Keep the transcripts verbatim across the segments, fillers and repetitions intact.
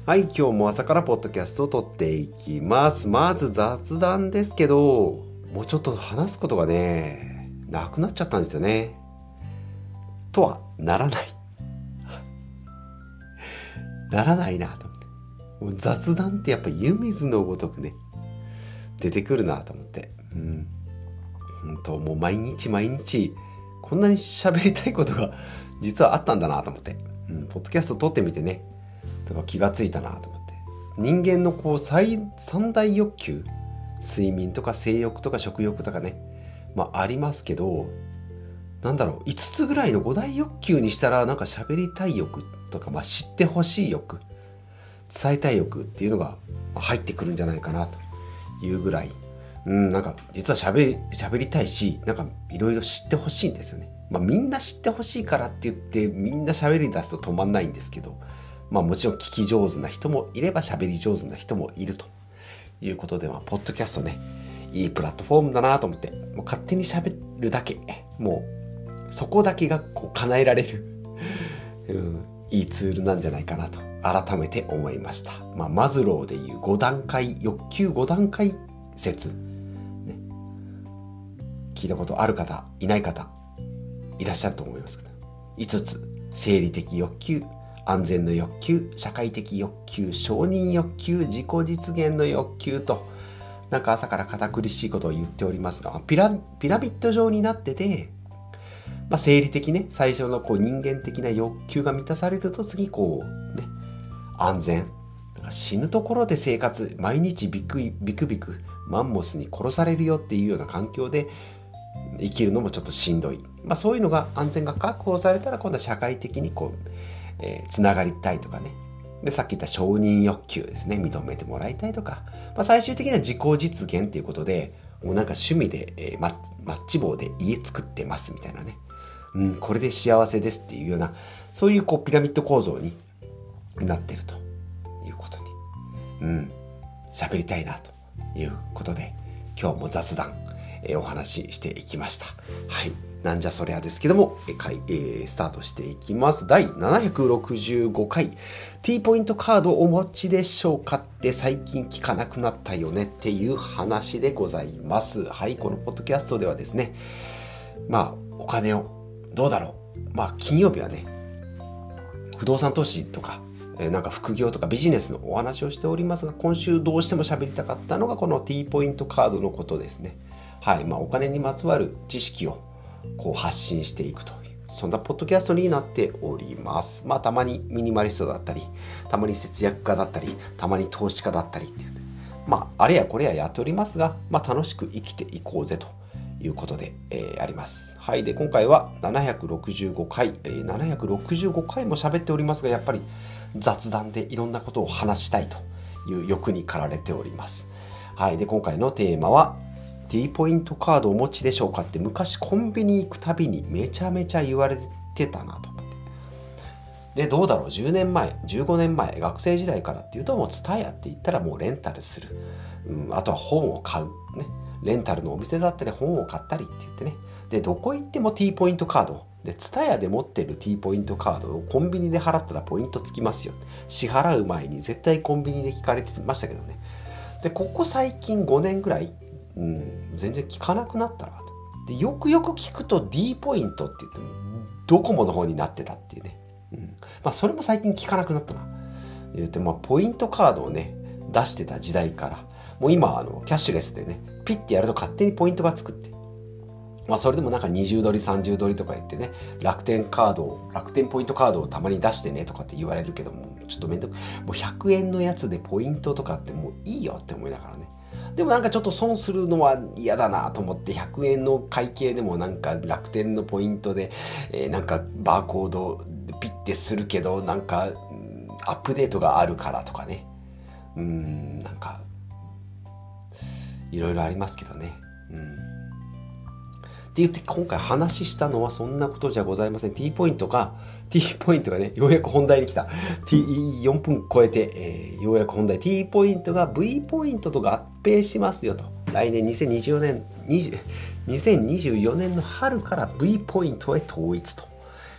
はい、今日も朝からポッドキャストを撮っていきます。まず雑談ですけど、もうちょっと話すことがね、なくなっちゃったんですよね。とはならない。ならないなと思って。もう雑談ってやっぱ湯水のごとくね、出てくるなと思って。うん。ほんともう毎日毎日、こんなに喋りたいことが実はあったんだなと思って。うん、ポッドキャスト撮ってみてね。とか気がついたなと思って、人間のこう最三大欲求、睡眠とか性欲とか食欲とかね、まあありますけど、なんだろう、いつつぐらいの五大欲求にしたらなんか喋りたい欲とか、まあ知ってほしい欲、伝えたい欲っていうのが入ってくるんじゃないかなというぐらい、うんなんか実は喋り喋りたいし、なんかいろいろ知ってほしいんですよね。まあみんな知ってほしいからって言ってみんな喋り出すと止まんないんですけど。まあもちろん聞き上手な人もいれば喋り上手な人もいるということで、まあポッドキャストね、いいプラットフォームだなと思って、もう勝手に喋るだけ、もうそこだけがこう叶えられる、うん、いいツールなんじゃないかなと改めて思いました。まあマズローでいうご段階、欲求ご段階説、ね、聞いたことある方、いない方いらっしゃると思いますけど、いつつ、生理的欲求、安全の欲求、社会的欲求、承認欲求、自己実現の欲求と、なんか朝から堅苦しいことを言っておりますが、ピラ、ピラミッド状になってて、まあ、生理的ね、最初のこう人間的な欲求が満たされると、次こうね、安全、死ぬところで生活、毎日ビクビクビクマンモスに殺されるよっていうような環境で生きるのもちょっとしんどい。まあそういうのが安全が確保されたら、今度は社会的にこうえー、つながりたいとかね。で、さっき言った承認欲求ですね。認めてもらいたいとか。まあ、最終的には自己実現っていうことで、もうなんか趣味で、えー、マッ、マッチ棒で家作ってますみたいなね。うん、これで幸せですっていうような、そういうこうピラミッド構造になってるということに、うん、喋りたいなということで、今日も雑談、えー、お話ししていきました。はい。なんじゃそりゃですけども、えーえー、スタートしていきます。だいななひゃくろくじゅうごかい T ポイントカードお持ちでしょうかって最近聞かなくなったよねっていう話でございます。はい、このポッドキャストではですね、まあお金をどうだろう、まあ金曜日はね、不動産投資とか、えー、なんか副業とかビジネスのお話をしておりますが、今週どうしても喋りたかったのがこの T ポイントカードのことですね。はい、まあお金にまつわる知識をこう発信していくという、そんなポッドキャストになっております。まあたまにミニマリストだったり、たまに節約家だったり、たまに投資家だったりっていう、まああれやこれややっておりますが、まあ楽しく生きていこうぜということで、えー、あります。はい。で今回はななひゃくろくじゅうごかい、えー、ななひゃくろくじゅうごかいも喋っておりますが、やっぱり雑談でいろんなことを話したいという欲に駆られております。はい。で今回のテーマはT ポイントカードお持ちでしょうかって、昔コンビニ行くたびにめちゃめちゃ言われてたなと思って。でどうだろう、じゅうねんまえじゅうごねんまえ学生時代からっていうと、もうTSUTAYAって言ったらもうレンタルする、うん、あとは本を買うね、レンタルのお店だったり本を買ったりって言ってね、でどこ行っても T ポイントカードで、TSUTAYAで持ってる T ポイントカードをコンビニで払ったらポイントつきますよ、支払う前に絶対コンビニで聞かれてましたけどね。でここ最近ごねんぐらい、うん、全然聞かなくなったなと。でよくよく聞くと D ポイントって言ってもドコモの方になってたっていうね、うん、まあそれも最近聞かなくなったな言って、まあポイントカードをね出してた時代から、もう今あのキャッシュレスでねピッてやると勝手にポイントがつくって、まあそれでもなんかにじゅうドルさんじゅうドルとか言ってね、楽天カードを楽天ポイントカードをたまに出してねとかって言われるけども、ちょっとめんどく、もうひゃくえんのやつでポイントとかってもういいよって思いながらね。でもなんかちょっと損するのは嫌だなと思って、ひゃくえんの会計でもなんか楽天のポイントで、えー、なんかバーコードピッてするけど、なんかアップデートがあるからとかね、うーんなんかいろいろありますけどね、うんって言って今回話したのはそんなことじゃございません。T ポイントが T ポイントがね、ようやく本題に来た。T、よんぷん超えて、えー、ようやく本題。T ポイントが V ポイントと合併しますよと。来年にせんにじゅうよねん、にせんにじゅうよねんの春から V ポイントへ統一と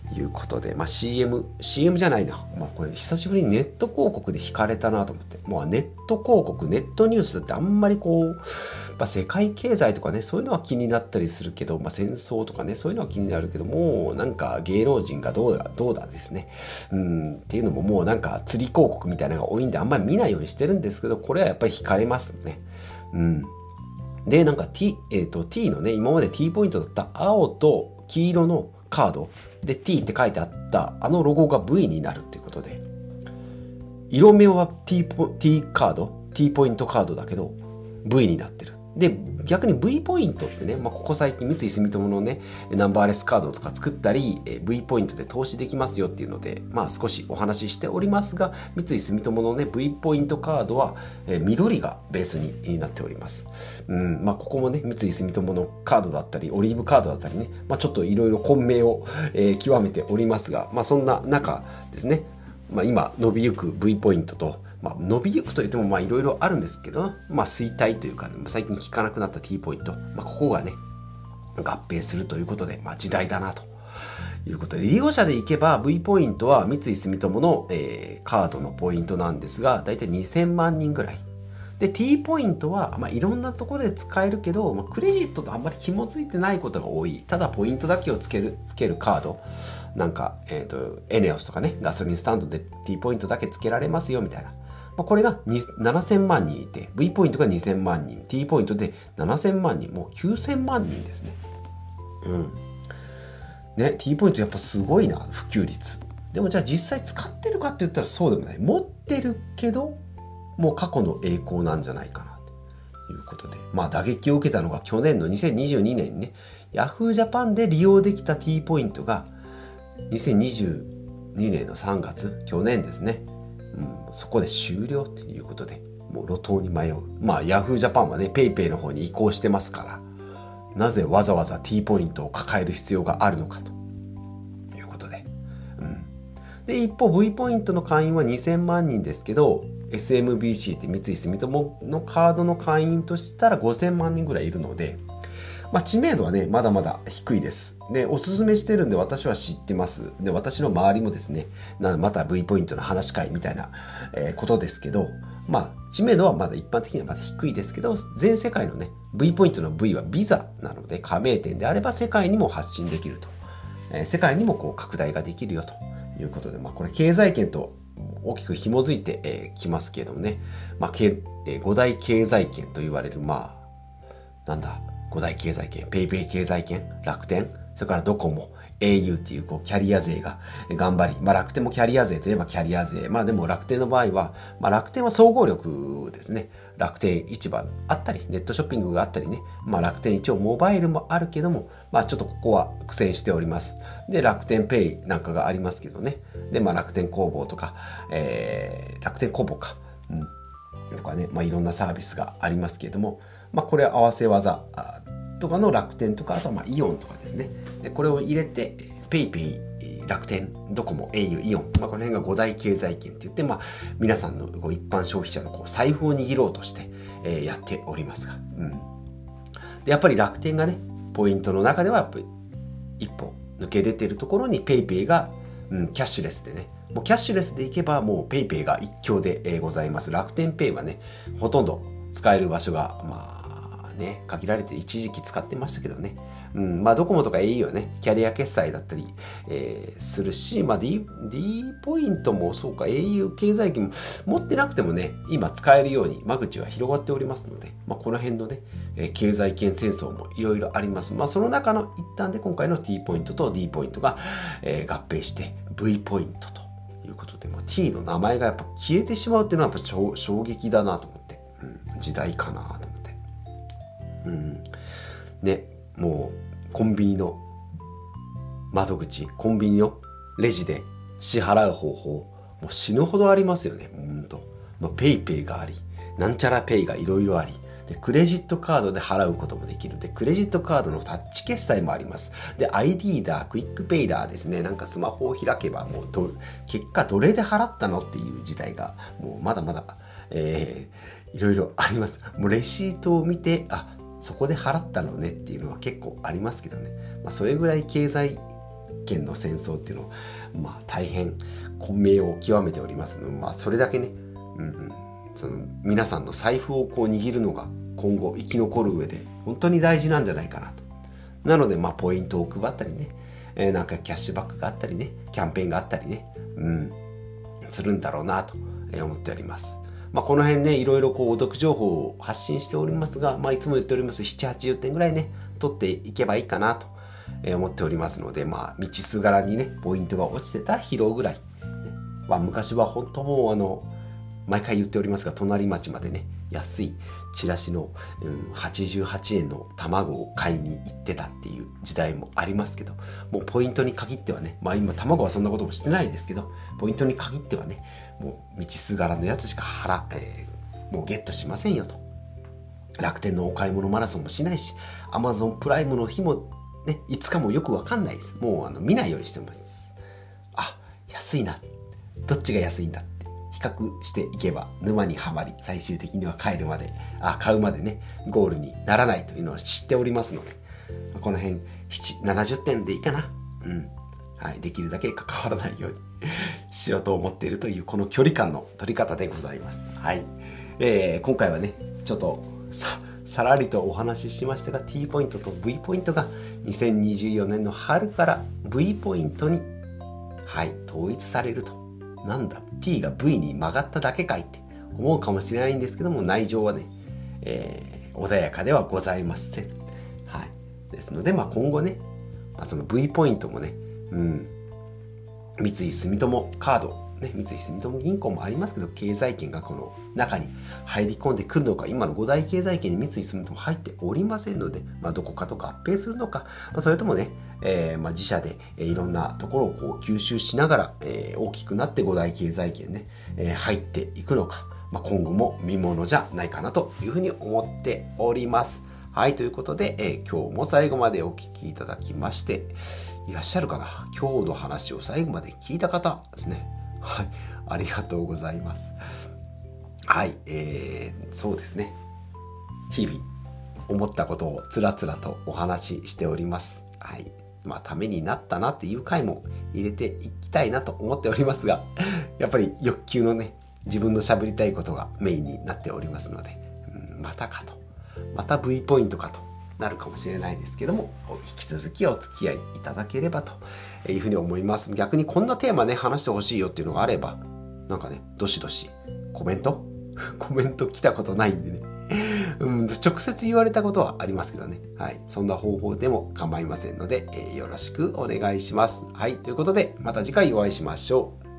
いうことで、まあ、シーエム、シーエム じゃないな。まあ、これ久しぶりにネット広告で惹かれたなと思って。もうネット広告、ネットニュースってあんまりこう、まあ、世界経済とかね、そういうのは気になったりするけど、まあ、戦争とかね、そういうのは気になるけど、もうなんか芸能人がどうだ、どうだですね。うん、っていうのももうなんか釣り広告みたいなのが多いんで、あんまり見ないようにしてるんですけど、これはやっぱり惹かれますね。うん。で、なんか T、えっと、T のね、今まで T ポイントだった青と黄色のカードで T って書いてあったあのロゴが V になるっていうことで、色目は T, T カード T ポイントカードだけど V になってる。で逆に V ポイントってね、まあ、ここ最近三井住友のねナンバーレスカードとか作ったり V ポイントで投資できますよっていうので、まあ少しお話ししておりますが、三井住友のね V ポイントカードは緑がベースになっております。うん、まあここもね三井住友のカードだったりオリーブカードだったりね、まあちょっといろいろ混迷を、えー、極めておりますが、まあそんな中ですね、まあ今伸びゆく V ポイントと、まあ、伸びゆくといってもまあいろいろあるんですけど、まあ、衰退というか、ね、最近効かなくなった T ポイント、まあ、ここがね合併するということで、まあ、時代だなということで、利用者でいけば V ポイントは三井住友の、えー、カードのポイントなんですが、だいたいにせんまんにんぐらいで、 T ポイントは、まあ、いろんなところで使えるけど、まあ、クレジットとあんまり紐付いてないことが多い。ただポイントだけをつけるつけるカードなんか、えーと、エネオスとかね、ガソリンスタンドで T ポイントだけつけられますよみたいな、まあ、これがななせんまんにんいて、 V ポイントがにせんまんにん、 T ポイントでななせんまんにん、もうきゅうせんまんにんですね。うんね、T ポイントやっぱすごいな、普及率。でもじゃあ実際使ってるかって言ったらそうでもない。持ってるけどもう過去の栄光なんじゃないかなということで、まあ打撃を受けたのが去年のにせんにじゅうにねんにね、Yahoo! ジャパンで利用できた T ポイントがにせんにじゅうにねんのさんがつ、去年ですね、うん、そこで終了ということで、もう路頭に迷う。まあ Yahoo! ジャパンはね PayPay の方に移行してますから、なぜわざわざ T ポイントを抱える必要があるのかということで、うん、で一方 V ポイントの会員はにせんまんにんですけど、 エスエムビーシー って三井住友のカードの会員としたらごせんまんにんぐらいいるので、まあ、知名度はねまだまだ低いです。でおすすめしてるんで私は知ってます。で私の周りもですね、なまた V ポイントの話会みたいな、えー、ことですけど、まあ知名度はまだ一般的にはまだ低いですけど、全世界のね V ポイントの V はビザなので、加盟店であれば世界にも発信できると、えー、世界にもこう拡大ができるよということで、まあこれ経済圏と大きく紐づいてき、えー、ますけれどもね、まあ、えー、五大経済圏と言われる、まあなんだ五大経済圏、ペイペイ経済圏、楽天、それからドコモ、エーユー っていうこうキャリア勢が頑張り、まあ楽天もキャリア勢といえばキャリア勢、まあでも楽天の場合は、まあ楽天は総合力ですね。楽天市場あったり、ネットショッピングがあったりね、まあ楽天一応モバイルもあるけども、まあちょっとここは苦戦しております。で、楽天ペイなんかがありますけどね。で、まあ楽天工房とか、えー、楽天コボか、うん、とかね、まあいろんなサービスがありますけれども、まあこれ合わせ技とかの楽天とか、あとはまあイオンとかですね。でこれを入れて、ペイペイ、楽天、ドコモ、エーユー、イオン、まあ、この辺が五大経済圏って言って、まあ皆さんのこう一般消費者のこう財布を握ろうとして、えー、やっておりますが、うん。でやっぱり楽天がね、ポイントの中ではやっぱり一歩抜け出てるところにペイペイが、うん、キャッシュレスでね、もうキャッシュレスでいけばもうペイペイが一強で、えー、ございます。楽天ペイはね、ほとんど使える場所がまあね、限られて一時期使ってましたけどね。うん、まあドコモとか エーユー はね、キャリア決済だったり、えー、するし、まあ D、D ポイントもそうか、エーユー 経済圏も持ってなくてもね、今使えるように間口は広がっておりますので、まあこの辺のね、えー、経済圏戦争もいろいろあります。まあその中の一端で今回の T ポイントと D ポイントが、えー、合併して V ポイントということで、まあ、T の名前がやっぱ消えてしまうっていうのはやっぱ衝撃だなと思って、うん、時代かなと思って。うん、ね、もうコンビニの窓口、コンビニのレジで支払う方法、もう死ぬほどありますよね。ほんと。まあ、ペイペイがあり、なんちゃらペイがいろいろあり、で、クレジットカードで払うこともできる。で、クレジットカードのタッチ決済もあります。で、アイディー だ、クイックペイだですね。なんかスマホを開けばもうど、結果どれで払ったのっていう時代が、もうまだまだ、えー、いろいろあります。もうレシートを見て、あ、そこで払ったのねっていうのは結構ありますけどね。まあ、それぐらい経済県の戦争っていうのを、まあ大変混迷を極めておりますので、まあそれだけね、うんうん、その皆さんの財布をこう握るのが今後生き残る上で本当に大事なんじゃないかなと。なのでまあポイントを配ったりね、えー、なんかキャッシュバックがあったりね、キャンペーンがあったりね、うん、するんだろうなと思っております。まあこの辺ね、いろいろこうお得情報を発信しておりますが、まあいつも言っておりますななじゅう、はちじゅってんぐらいね、取っていけばいいかなと思っておりますので、まあ道すがらにね、ポイントが落ちてたら拾うぐらい。ね、まあ昔は本当もうあの、毎回言っておりますが、隣町までね、安いチラシの、うん、はちじゅうはちえんの卵を買いに行ってたっていう時代もありますけど、もうポイントに限ってはね、まあ今卵はそんなこともしてないですけど、ポイントに限ってはね、もう道すがらのやつしか払、えー、もうゲットしませんよと。楽天のお買い物マラソンもしないし、アマゾンプライムの日もね、いつかもよくわかんないです。もうあの見ないようにしてます。あ、安いな。どっちが安いんだって比較していけば沼にはまり、最終的には帰るまで、あ、買うまでね、ゴールにならないというのを知っておりますので、この辺、ななじゅってんでいいかな。うん。はい。できるだけ関わらないようにしようと思っているという、この距離感の取り方でございます。はい。えー、今回はね、ちょっとさ、さらりとお話ししましたが、T ポイントと V ポイントがにせんにじゅうよねんの春から V ポイントに、はい、統一されると。なんだ T が V に曲がっただけかいって思うかもしれないんですけども、内情はね、えー、穏やかではございません。はい。ですので、まあ今後ね、まあ、その V ポイントもね、うん、三井住友カード、ね、三井住友銀行もありますけど、経済圏がこの中に入り込んでくるのか、今の五大経済圏に三井住友入っておりませんので、まあどこかと合併するのか、まあ、それともね、えー、まあ自社で、えー、いろんなところをこう吸収しながら、えー、大きくなって五大経済圏ね、えー、入っていくのか、まあ、今後も見ものじゃないかなというふうに思っております。はい、ということで、えー、今日も最後までお聞きいただきまして、いらっしゃるかな？今日の話を最後まで聞いた方ですね。はい、ありがとうございます。はい、えー、そうですね。日々思ったことをつらつらとお話ししております。はい。まあ、ためになったなっていう回も入れていきたいなと思っておりますが、やっぱり欲求のね、自分の喋りたいことがメインになっておりますので、うん、またかと。また V ポイントかとなるかもしれないですけども、引き続きお付き合いいただければというふうに思います。逆にこんなテーマね、話してほしいよっていうのがあれば、なんかね、どしどしコメントコメント来たことないんでね。うん、直接言われたことはありますけどね。はい。そんな方法でも構いませんので、えー、よろしくお願いします。はい。ということで、また次回お会いしましょう。